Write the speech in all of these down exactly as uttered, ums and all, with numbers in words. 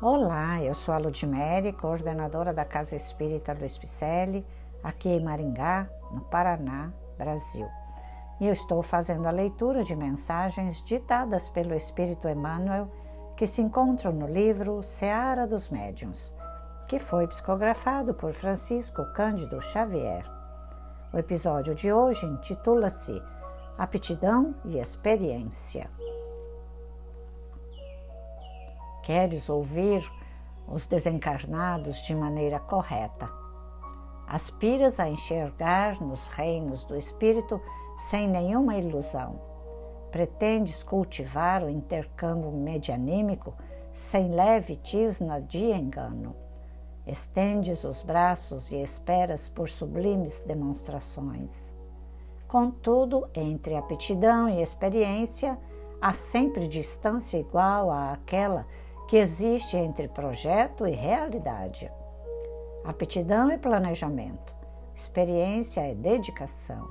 Olá, eu sou a Ludmere, coordenadora da Casa Espírita Luiz Picelli, aqui em Maringá, no Paraná, Brasil. E eu estou fazendo a leitura de mensagens ditadas pelo Espírito Emmanuel, que se encontram no livro Seara dos Médiuns, que foi psicografado por Francisco Cândido Xavier. O episódio de hoje intitula-se Aptidão e Experiência. Queres ouvir os desencarnados de maneira correta? Aspiras a enxergar nos reinos do Espírito sem nenhuma ilusão. Pretendes cultivar o intercâmbio medianímico sem leve tisna de engano. Estendes os braços e esperas por sublimes demonstrações. Contudo, entre aptidão e experiência, há sempre distância igual àquela que existe entre projeto e realidade. Aptidão é planejamento, experiência é dedicação.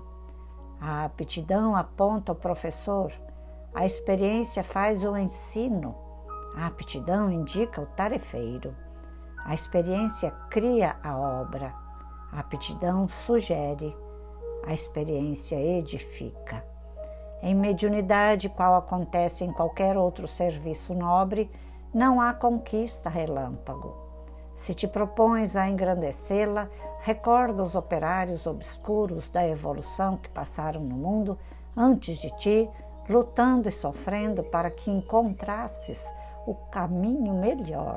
A aptidão aponta o professor, a experiência faz o ensino, a aptidão indica o tarefeiro, a experiência cria a obra, a aptidão sugere, a experiência edifica. Em mediunidade, qual acontece em qualquer outro serviço nobre, não há conquista relâmpago. Se te propões a engrandecê-la, recorda os operários obscuros da evolução que passaram no mundo antes de ti, lutando e sofrendo para que encontrasses o caminho melhor.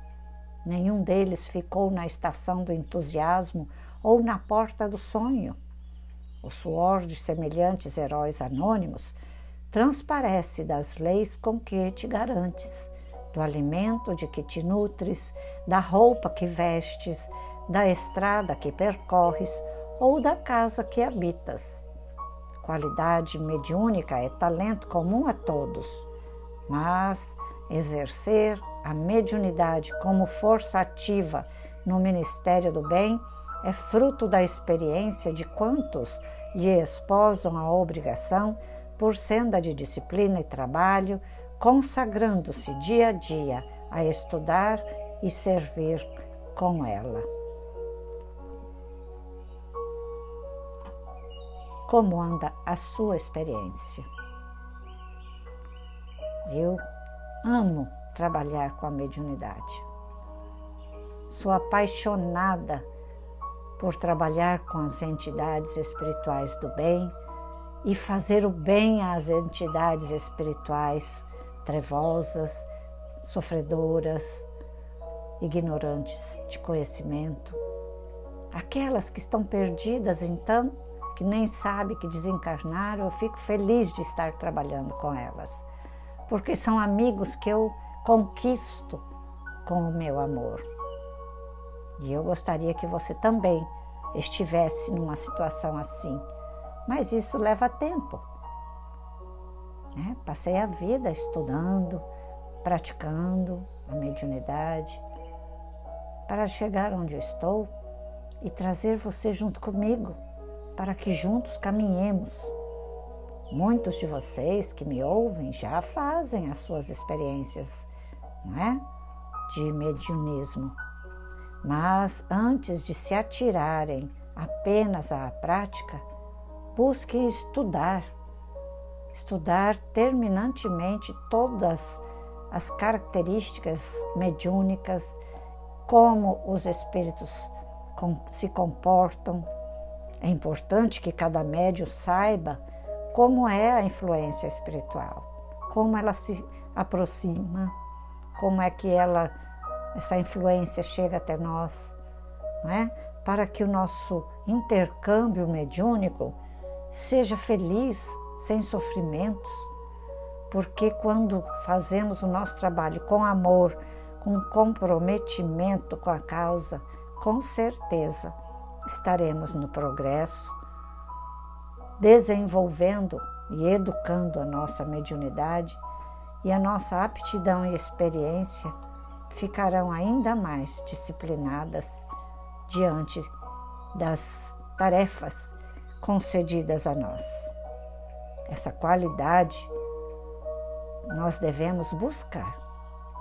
Nenhum deles ficou na estação do entusiasmo ou na porta do sonho. O suor de semelhantes heróis anônimos transparece das leis com que te garantes, do alimento de que te nutres, da roupa que vestes, da estrada que percorres ou da casa que habitas. Qualidade mediúnica é talento comum a todos, mas exercer a mediunidade como força ativa no ministério do bem é fruto da experiência de quantos lhe esposam a obrigação por senda de disciplina e trabalho, consagrando-se dia a dia a estudar e servir com ela. Como anda a sua experiência? Eu amo trabalhar com a mediunidade. Sou apaixonada por trabalhar com as entidades espirituais do bem e fazer o bem às entidades espirituais trevosas, sofredoras, ignorantes de conhecimento. Aquelas que estão perdidas, então, que nem sabem que desencarnaram, eu fico feliz de estar trabalhando com elas, porque são amigos que eu conquisto com o meu amor. E eu gostaria que você também estivesse numa situação assim, mas isso leva tempo. Né? Passei a vida estudando, praticando a mediunidade, para chegar onde eu estou e trazer você junto comigo, para que juntos caminhemos. Muitos de vocês que me ouvem já fazem as suas experiências, não é? De mediunismo. Mas antes de se atirarem apenas à prática, busque estudar, estudar terminantemente todas as características mediúnicas, como os espíritos se comportam. É importante que cada médium saiba como é a influência espiritual, como ela se aproxima, como é que ela, essa influência chega até nós, não é? Para que o nosso intercâmbio mediúnico seja feliz, sem sofrimentos, porque quando fazemos o nosso trabalho com amor, com comprometimento com a causa, com certeza estaremos no progresso, desenvolvendo e educando a nossa mediunidade, e a nossa aptidão e experiência ficarão ainda mais disciplinadas diante das tarefas concedidas a nós. Essa qualidade nós devemos buscar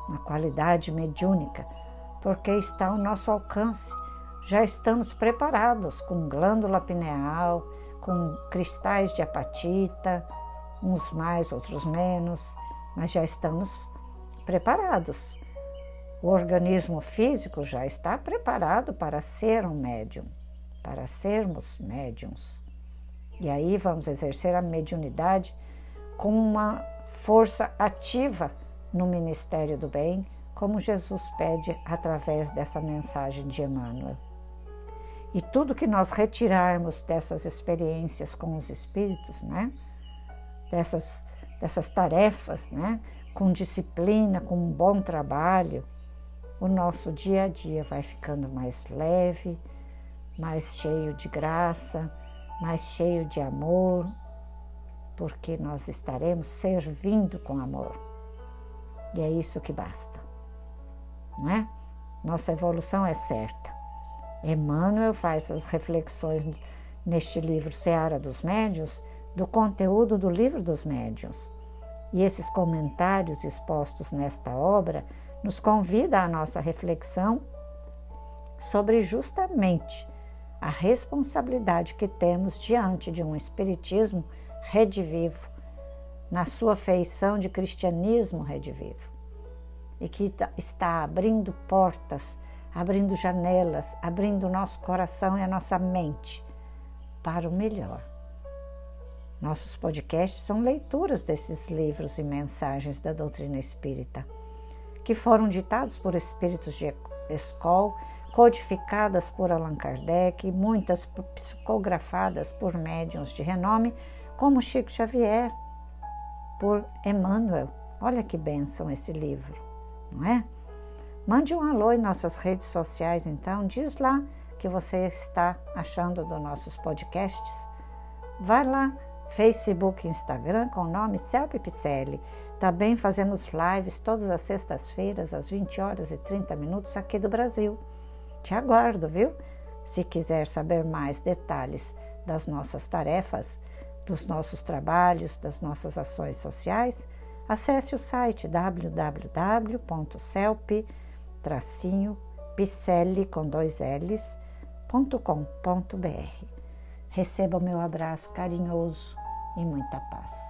na qualidade mediúnica, porque está ao nosso alcance. Já estamos preparados com glândula pineal, com cristais de apatita, uns mais, outros menos, mas já estamos preparados. O organismo físico já está preparado para ser um médium, para sermos médiums. E aí vamos exercer a mediunidade com uma força ativa no Ministério do Bem, como Jesus pede através dessa mensagem de Emmanuel. E tudo que nós retirarmos dessas experiências com os espíritos, né? dessas, dessas tarefas, né? com disciplina, com um bom trabalho, o nosso dia a dia vai ficando mais leve, mais cheio de graça, mais cheio de amor, porque nós estaremos servindo com amor. E é isso que basta, não é? Nossa evolução é certa. Emmanuel faz as reflexões neste livro Seara dos Médiuns, do conteúdo do Livro dos Médiuns. E esses comentários expostos nesta obra nos convida à nossa reflexão sobre justamente a responsabilidade que temos diante de um espiritismo redivivo, na sua feição de cristianismo redivivo, e que está abrindo portas, abrindo janelas, abrindo o nosso coração e a nossa mente para o melhor. Nossos podcasts são leituras desses livros e mensagens da doutrina espírita, que foram ditados por espíritos de escola, codificadas por Allan Kardec, muitas psicografadas por médiuns de renome, como Chico Xavier, por Emmanuel. Olha que bênção esse livro, não é? Mande um alô em nossas redes sociais, então, diz lá o que você está achando dos nossos podcasts. Vai lá, Facebook e Instagram, com o nome Celpe Picelli. Também fazemos lives todas as sextas-feiras, às vinte horas e trinta minutos, aqui do Brasil. Te aguardo, viu? Se quiser saber mais detalhes das nossas tarefas, dos nossos trabalhos, das nossas ações sociais, acesse o site w w w ponto celpe picelli com dois L's, ponto com ponto b r. Receba o meu abraço carinhoso e muita paz.